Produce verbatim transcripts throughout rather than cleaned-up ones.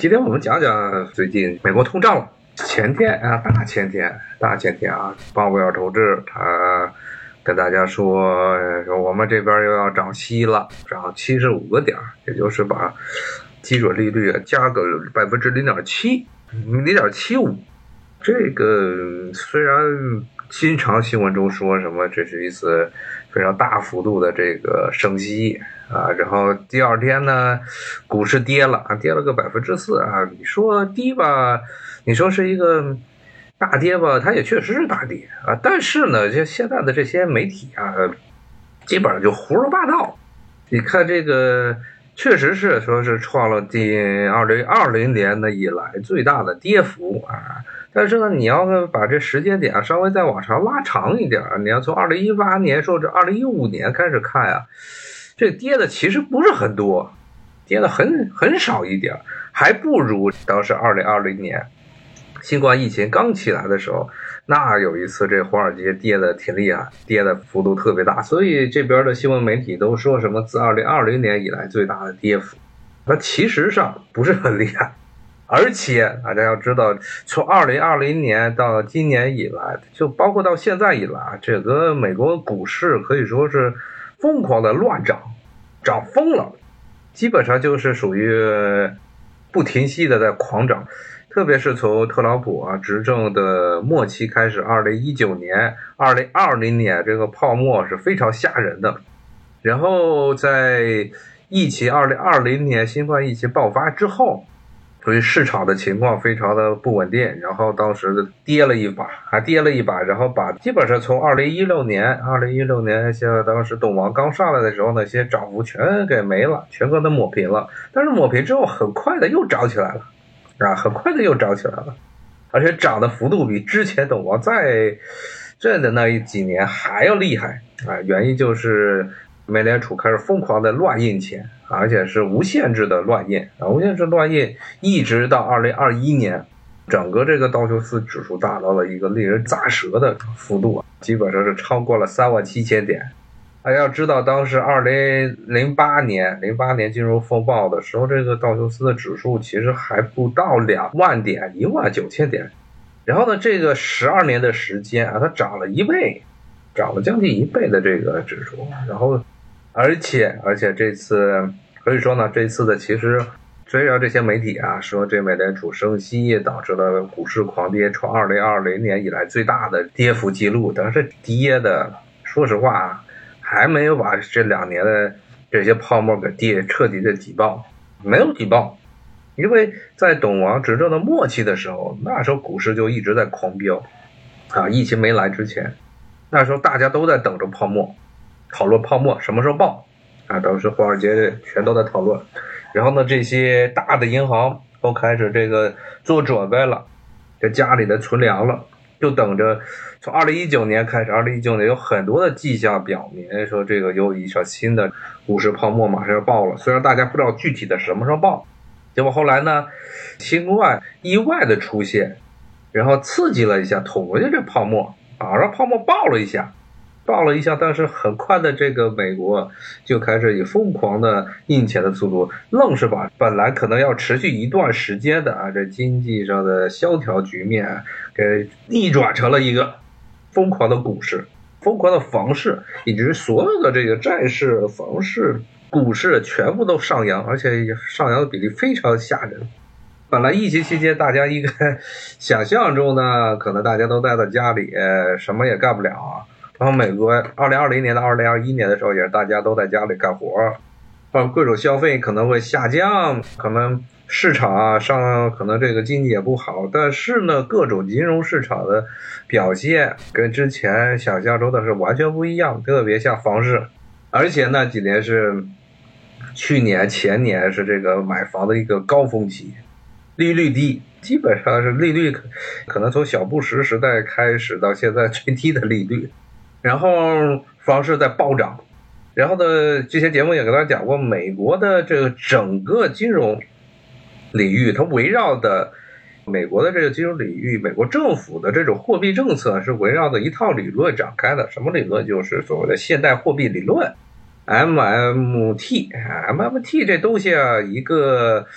今天我们讲讲最近美国通胀了。前天啊，大前天，大前天啊，鲍威尔同志他跟大家说，说我们这边又要涨息了，涨七十五个点，也就是把基准利率加个百分之零点七，零点七五。这个虽然经常新闻中说什么这是一次非常大幅度的这个升息啊，然后第二天呢，股市跌了啊，跌了个百分之四啊。你说低吧，你说是一个大跌吧，它也确实是大跌啊。但是呢，就现在的这些媒体啊，基本上就胡说八道。你看这个，确实是说是创了第二零二零年的以来最大的跌幅啊。但是呢，你要把这时间点稍微再往上拉长一点，你要从二零一八年甚至二零一五年开始看啊，这跌的其实不是很多，跌的很很少一点，还不如当时二零二零年新冠疫情刚起来的时候，那有一次这华尔街跌的挺厉害，跌的幅度特别大，所以这边的新闻媒体都说什么自二零二零年以来最大的跌幅，那其实上不是很厉害。而且大家要知道，从二零二零年到今年以来，就包括到现在以来，这个美国股市可以说是疯狂的乱涨，涨疯了，基本上就是属于不停息的在狂涨。特别是从特朗普啊执政的末期开始，二零一九年、二零二零年这个泡沫是非常吓人的。然后在疫情二零二零年新冠疫情爆发之后，所以市场的情况非常的不稳定，然后当时跌了一把，还跌了一把，然后把基本上从二零一六年、二零一六年像当时董王刚上来的时候，那些涨幅全给没了，全给它抹平了。但是抹平之后，很快的又涨起来了，啊，很快的又涨起来了，而且涨的幅度比之前董王在任的那几年还要厉害啊！原因就是美联储开始疯狂的乱印钱，而且是无限制的乱印啊，无限制乱印，一直到二零二一年，整个这个道琼斯指数达到了一个令人咂舌的幅度啊，基本上是超过了三万七千点。还要知道，当时二零零八年零八年金融风暴的时候，这个道琼斯的指数其实还不到两万点，一万九千点。然后呢，这个十二年的时间啊，它涨了一倍，涨了将近一倍的这个指数。然后，而且而且这次可以说呢，这次的其实虽然这些媒体啊说这美联储升息导致了股市狂跌，创二零二零年以来最大的跌幅记录，但是跌的，说实话啊，还没有把这两年的这些泡沫给跌彻底的挤爆，没有挤爆。因为在董王执政的末期的时候，那时候股市就一直在狂飙啊，疫情没来之前，那时候大家都在等着泡沫，讨论泡沫什么时候爆啊，当时华尔街全都在讨论。然后呢，这些大的银行都开始这个做准备了，在家里的存粮了，就等着从二零一九年开始，二零一九年有很多的迹象表明说这个有一场新的股市泡沫马上要爆了，虽然大家不知道具体的什么时候爆。结果后来呢，新冠意外的出现，然后刺激了一下，捅回去这泡沫啊，让泡沫爆了一下，爆了一下，但是很快的这个美国就开始以疯狂的印钱的速度，愣是把本来可能要持续一段时间的啊这经济上的萧条局面给逆转成了一个疯狂的股市、疯狂的房市，以及所有的这个债市、房市、股市全部都上扬，而且上扬的比例非常吓人。本来疫情期间大家应该想象中呢，可能大家都待在家里，什么也干不了啊。然后美国二零二零年到二零二一年的时候，也是大家都在家里干活，各种消费可能会下降，可能市场啊上可能这个经济也不好，但是呢，各种金融市场的表现跟之前想象中的是完全不一样，特别像房市，而且那几年是去年前年是这个买房的一个高峰期，利率低，基本上是利率可能从小布什时代开始到现在最低的利率，然后房市在暴涨。然后呢，之前节目也跟大家讲过，美国的这个整个金融领域，它围绕的美国的这个金融领域，美国政府的这种货币政策是围绕的一套理论展开的。什么理论？就是所谓的现代货币理论 M M T。 M M T 这东西啊，一个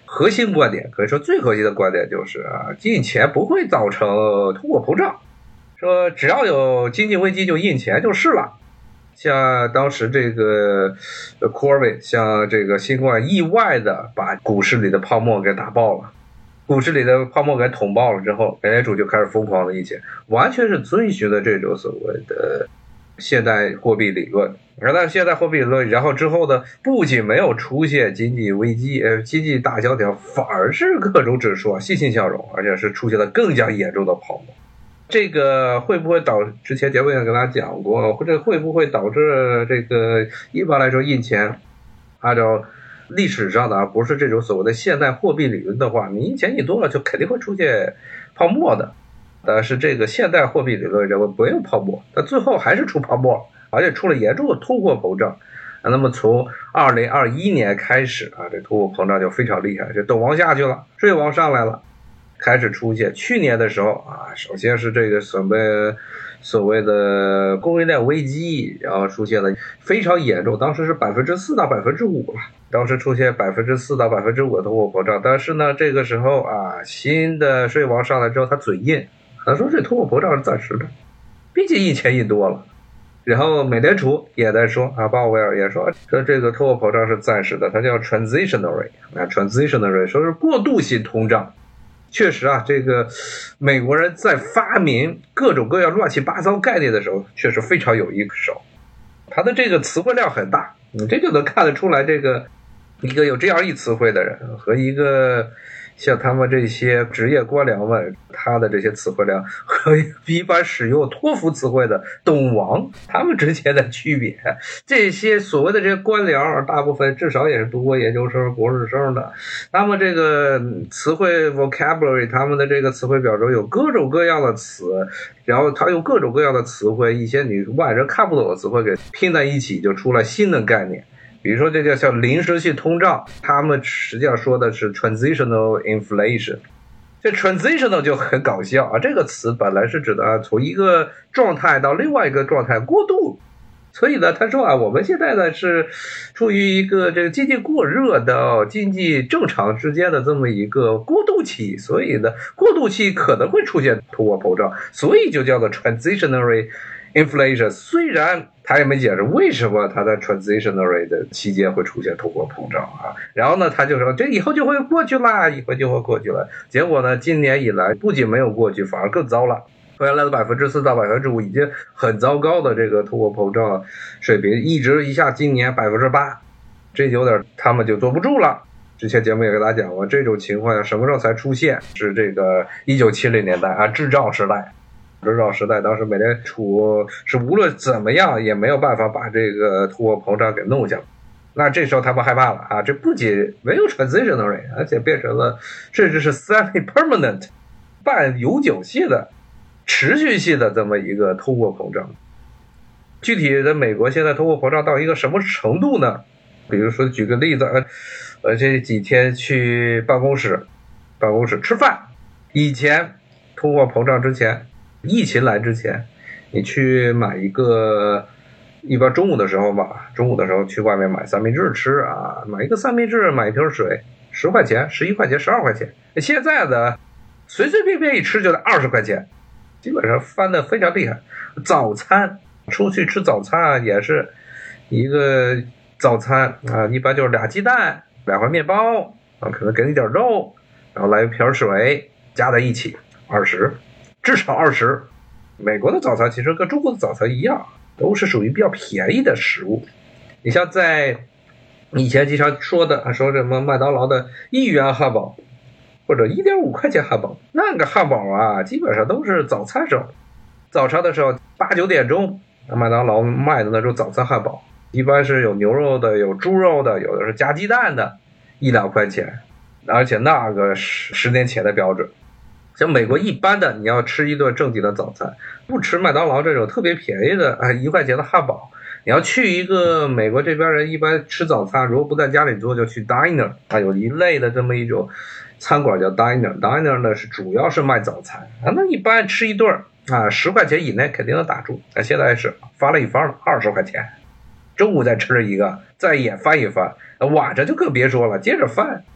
核心观点，可以说最核心的观点就是啊，印钱不会造成通货膨胀，说只要有经济危机就印钱就是了。像当时这个 Covid， 像这个新冠意外的把股市里的泡沫给打爆了，股市里的泡沫给捅爆了之后，美联储就开始疯狂的印钱，完全是遵循的这种所谓的现代货币理论。而在现代货币理论，然后之后呢，不仅没有出现经济危机、呃经济大萧条，反而是各种指数啊欣欣向荣，而且是出现了更加严重的泡沫。这个会不会导致之前节目也跟大家讲过，或者会不会导致这个一般来说印钱，按照历史上的啊，不是这种所谓的现代货币理论的话，你印钱印多了就肯定会出现泡沫的。但是这个现代货币理论认为没有泡沫，但最后还是出泡沫，而且出了严重的通货膨胀。那么从二零二一年开始啊，这通货膨胀就非常厉害，这斗王下去了，税王上来了，开始出现。去年的时候啊，首先是这个所谓所谓的供应链危机，然后出现了非常严重，当时是百分之四到百分之五了，当时出现百分之四到百分之五的通货膨胀。但是呢，这个时候啊，新的税王上来之后，他嘴硬，他说这通货膨胀是暂时的，毕竟印钱印多了。然后美联储也在说啊，鲍威尔也说，说这个通货膨胀是暂时的，它叫 transitionary 啊 transitionary 说是过渡性通胀。确实啊，这个美国人在发明各种各样乱七八糟概念的时候，确实非常有一手，他的这个词汇量很大，你这就能看得出来，这个一个有这样一词汇的人和一个像他们这些职业官僚们，他的这些词汇量和一般使用托福词汇的董王他们之间的区别。这些所谓的这些官僚大部分至少也是读过研究生博士生的，他们这个词汇 vocabulary 他们的这个词汇表中有各种各样的词，然后他用各种各样的词汇，一些你外人看不懂的词汇给拼在一起，就出了新的概念。比如说这叫像临时性通胀，他们实际上说的是 transitional inflation。 这 transitional 就很搞笑啊，这个词本来是指的从一个状态到另外一个状态过渡，所以呢他说啊，我们现在呢是处于一个这个经济过热到经济正常之间的这么一个过渡期，所以呢过渡期可能会出现通货膨胀，所以就叫做 transitionary inflation。 虽然他也没解释为什么他在 transitionary 的期间会出现通货膨胀啊，然后呢他就说这以后就会过去了，以后就会过去了。结果呢今年以来不仅没有过去，反而更糟了，原来的百分之四到百分之五已经很糟糕的这个通货膨胀水平，一直一下今年百分之八，这有点他们就坐不住了。之前节目也给大家讲过，这种情况什么时候才出现，是这个一九七零年代啊，制造时代。制造时代当时美联储是无论怎么样也没有办法把这个通货膨胀给弄下来，那这时候他们害怕了啊，这不仅没有 transitionary， 而且变成了甚至是 semi-permanent 半永久性的持续性的这么一个通货膨胀。具体的美国现在通货膨胀到一个什么程度呢？比如说举个例子，呃，这几天去办公室办公室吃饭，以前通货膨胀之前，疫情来之前，你去买一个，一般中午的时候吧，中午的时候去外面买三明治吃啊，买一个三明治，买一瓶水，十块钱、十一块钱、十二块钱。现在的随随便便一吃就得二十块钱，基本上翻得非常厉害。早餐出去吃早餐也是一个早餐啊，一般就是俩鸡蛋、两块面包啊，可能给你点肉，然后来一瓶水，加在一起二十。至少二十。美国的早餐其实跟中国的早餐一样，都是属于比较便宜的食物。你像在以前经常说的，说什么麦当劳的一元汉堡或者 一点五块钱汉堡，那个汉堡啊基本上都是早餐时候，早上的时候八九点钟麦当劳卖的那种早餐汉堡，一般是有牛肉的，有猪肉的，有的是加鸡蛋的，一两块钱，而且那个十十年前的标准。像美国一般的，你要吃一顿正经的早餐，不吃麦当劳这种特别便宜的啊一块钱的汉堡，你要去一个美国这边人一般吃早餐，如果不在家里做，就去 diner 啊，有一类的这么一种餐馆叫 diner，diner 呢是主要是卖早餐啊，那一般吃一顿啊十块钱以内肯定能打住，啊现在是翻了一番了，二十块钱，中午再吃一个，再也翻一翻，晚上就更别说了，接着翻。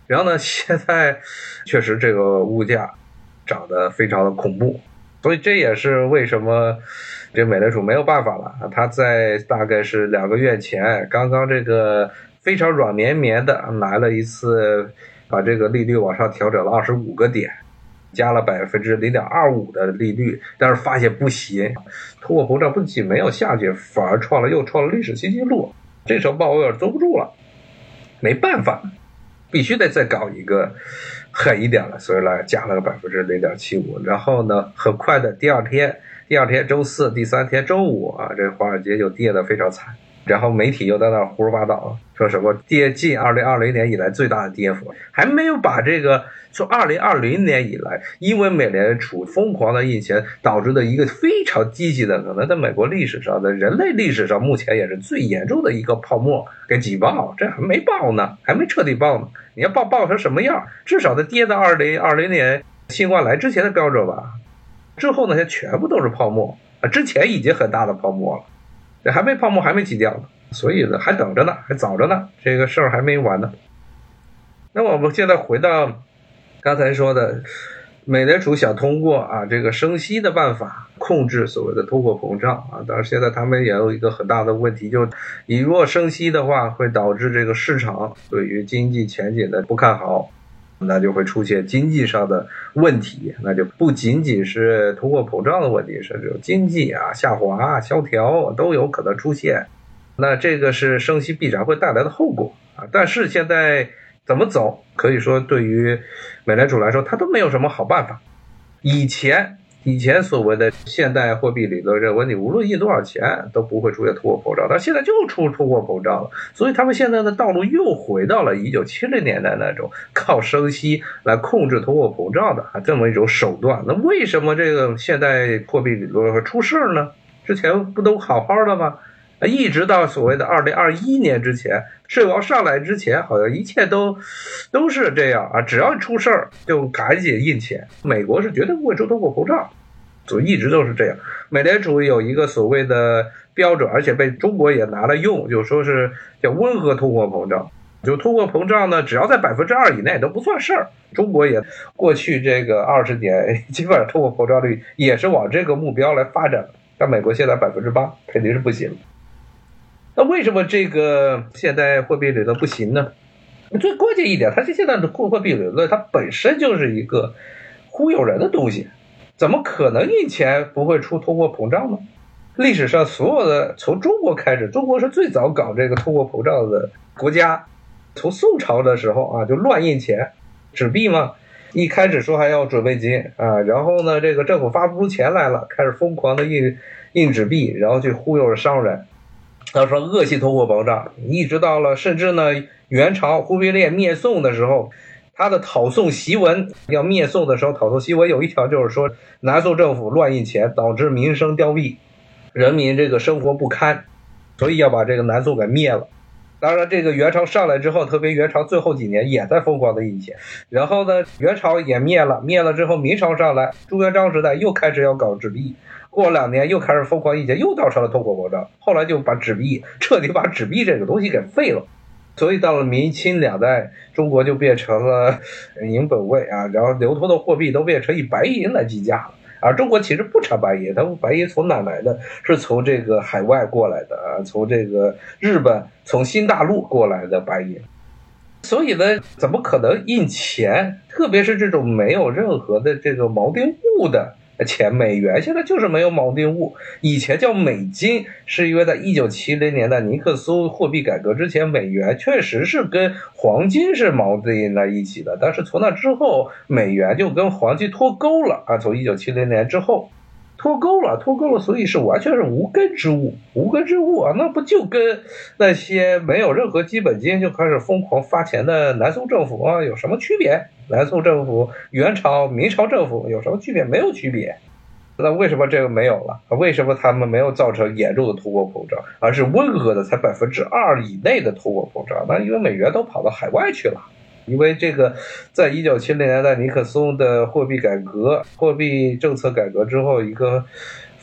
然后呢，现在确实这个物价涨得非常的恐怖，所以这也是为什么这美联储没有办法了。他在大概是两个月前，刚刚这个非常软绵绵的来了一次，把这个利率往上调整了二十五个点，加了百分之零点二五的利率，但是发现不行，通货膨胀不仅没有下去，反而创了又创了历史新纪录。这时候鲍威尔坐不住了，没办法，必须得再搞一个狠一点了，所以来加了个百分之零点七五。然后呢，很快的第二天，第二天周四，第三天周五啊，这华尔街就跌得非常惨。然后媒体又在那胡说八道，说什么跌近二零二零年以来最大的跌幅，还没有把这个说二零二零年以来因为美联储疯狂的印钱导致的一个非常积极的，可能在美国历史上的人类历史上目前也是最严重的一个泡沫给挤爆，这还没爆呢，还没彻底爆呢。你要爆爆成什么样？至少得跌到二零二零年新冠来之前的标准吧。之后那些全部都是泡沫啊，之前已经很大的泡沫了。这还没泡沫还没挤掉呢，所以呢还等着呢，还早着呢，这个事儿还没完呢。那我们现在回到刚才说的，美联储想通过啊这个升息的办法控制所谓的通货膨胀啊，当然现在他们也有一个很大的问题，就你如果升息的话，会导致这个市场对于经济前景的不看好，那就会出现经济上的问题，那就不仅仅是通货膨胀的问题，甚至经济啊下滑、萧条都有可能出现。那这个是升息必然会带来的后果啊。但是现在怎么走，可以说对于美联储来说，它都没有什么好办法。以前以前所谓的现代货币理论认为，你无论印多少钱都不会出现通货膨胀，但现在就出通货膨胀了，所以他们现在的道路又回到了一九七零年代那种靠升息来控制通货膨胀的啊这么一种手段。那为什么这个现代货币理论会出事呢？之前不都好好的吗？一直到所谓的二零二一年之前，税王上来之前，好像一切都都是这样啊，只要出事儿就赶紧印钱。美国是绝对不会出通货膨胀，所以一直都是这样。美联储有一个所谓的标准，而且被中国也拿来用，就说是叫温和通货膨胀。就通货膨胀呢，只要在百分之二以内都不算事儿。中国也过去这个二十年，基本上通货膨胀率也是往这个目标来发展的。但美国现在百分之八肯定是不行。那为什么这个现代货币理论不行呢？最关键一点，它这现在的货币理论它本身就是一个忽悠人的东西，怎么可能印钱不会出通货膨胀呢？历史上所有的从中国开始，中国是最早搞这个通货膨胀的国家，从宋朝的时候啊就乱印钱，纸币嘛，一开始说还要准备金啊，然后呢这个政府发不出钱来了，开始疯狂的印印纸币，然后去忽悠着商人。他说恶性通货膨胀，一直到了甚至呢元朝忽必烈灭宋的时候，他的讨宋檄文要灭宋的时候，讨宋檄文有一条就是说南宋政府乱印钱，导致民生凋敝，人民这个生活不堪，所以要把这个南宋给灭了。当然这个元朝上来之后，特别元朝最后几年也在疯狂的印钱，然后呢元朝也灭了，灭了之后明朝上来，朱元璋时代又开始要搞纸币，过两年又开始疯狂印钱，又造成了通货膨胀，后来就把纸币彻底把纸币这个东西给废了。所以到了明清两代，中国就变成了银本位啊，然后流通的货币都变成以白银来计价了。而中国其实不产白银，它白银从哪来的？是从这个海外过来的啊，从这个日本、从新大陆过来的白银。所以呢，怎么可能印钱？特别是这种没有任何的这个锚定物的钱，美元现在就是没有锚定物。以前叫美金，是因为在一九七零年代尼克松货币改革之前，美元确实是跟黄金是锚定在一起的，但是从那之后，美元就跟黄金脱钩了啊！从一九七零年之后脱钩了，脱钩了，所以是完全是无根之物，无根之物啊！那不就跟那些没有任何基本金就开始疯狂发钱的南宋政府啊有什么区别？南宋政府、元朝、明朝政府有什么区别？没有区别。那为什么这个没有了？为什么他们没有造成严重的通货膨胀，而是温和的才百分之二以内的通货膨胀？那因为美元都跑到海外去了。因为这个在一九七零年代尼克松的货币改革、货币政策改革之后，一个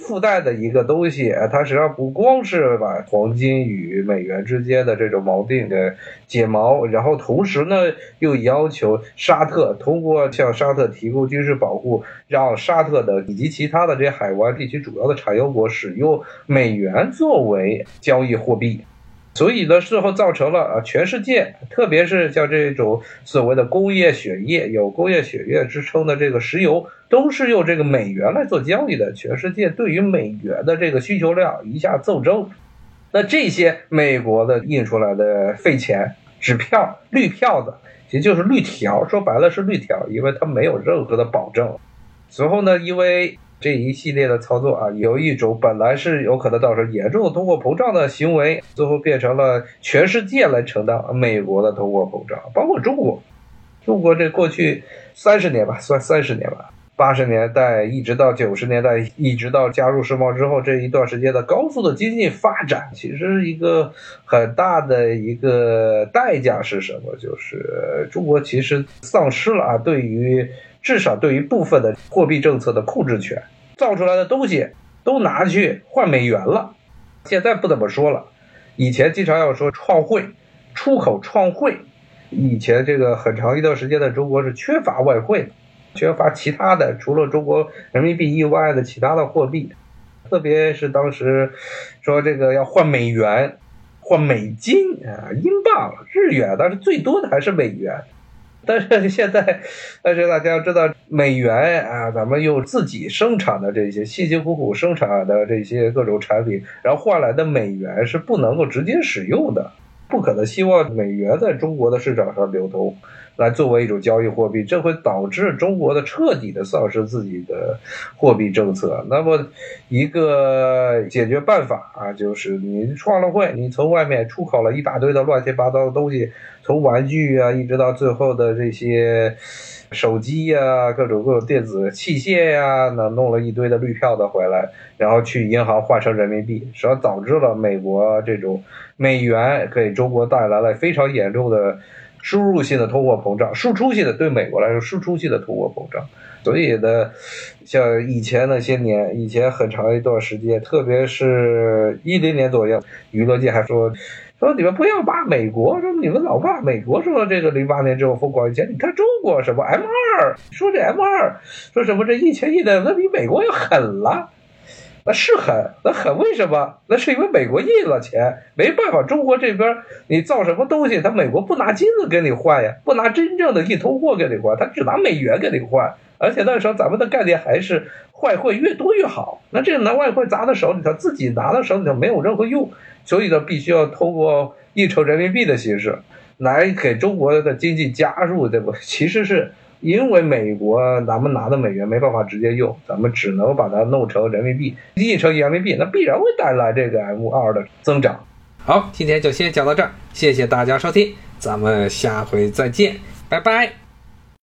附带的一个东西，它实际上不光是把黄金与美元之间的这种锚定的解锚，然后同时呢又要求沙特通过向沙特提供军事保护，让沙特的以及其他的这些海湾地区主要的产油国使用美元作为交易货币。所以呢，事后造成了啊，全世界，特别是像这种所谓的工业血液、有工业血液之称的这个石油，都是用这个美元来做交易的。全世界对于美元的这个需求量一下骤增，那这些美国的印出来的废钱、纸票、绿票子，其实就是绿条，说白了是绿条，因为它没有任何的保证。随后呢，因为这一系列的操作啊，有一种本来是有可能造成严重的通货膨胀的行为，最后变成了全世界来承担美国的通货膨胀，包括中国。中国这过去三十年吧，算三十年吧，八十年代一直到九十年代，一直到加入世贸之后这一段时间的高速的经济发展，其实一个很大的一个代价是什么？就是中国其实丧失了啊，对于至少对于部分的货币政策的控制权，造出来的东西都拿去换美元了。现在不怎么说了，以前经常要说创汇，出口创汇。以前这个很长一段时间的中国是缺乏外汇的，缺乏其他的除了中国人民币以外的其他的货币，特别是当时说这个要换美元、换美金啊、英镑、日元，但是最多的还是美元。但是现在，但是大家要知道，美元啊，咱们用自己生产的这些辛辛苦苦生产的这些各种产品，然后换来的美元是不能够直接使用的，不可能希望美元在中国的市场上流通，来作为一种交易货币，这会导致中国的彻底的丧失自己的货币政策。那么一个解决办法啊，就是你创了汇，你从外面出口了一大堆的乱七八糟的东西，从玩具啊一直到最后的这些手机呀、啊、各种各种电子器械呀、啊，那弄了一堆的绿票子回来，然后去银行换成人民币，实际上导致了美国这种美元给中国带来了非常严重的输入性的通货膨胀，输出性的对美国来说输出性的通货膨胀。所以呢，像以前那些年，以前很长一段时间，特别是一零年左右，娱乐界还说说你们不要骂美国，说你们老骂美国，说这个零八年之后疯狂一前，你看中国什么 M 二，说这 M 二，说什么这一钱一的，那比美国要狠了。那是狠，那狠为什么？那是因为美国印了钱，没办法，中国这边你造什么东西，他美国不拿金子给你换呀，不拿真正的硬通货给你换，他只拿美元给你换。而且那时候咱们的概念还是外汇越多越好，那这个拿外汇砸到手里头，自己拿到手里头没有任何用，所以呢，必须要通过印成人民币的形式来给中国的经济加入，对不？其实是因为美国咱们拿的美元没办法直接用，咱们只能把它弄成人民币，印成人民币，那必然会带来这个 M 二 的增长。 好，今天就先讲到这儿，谢谢大家收听，咱们下回再见，拜拜。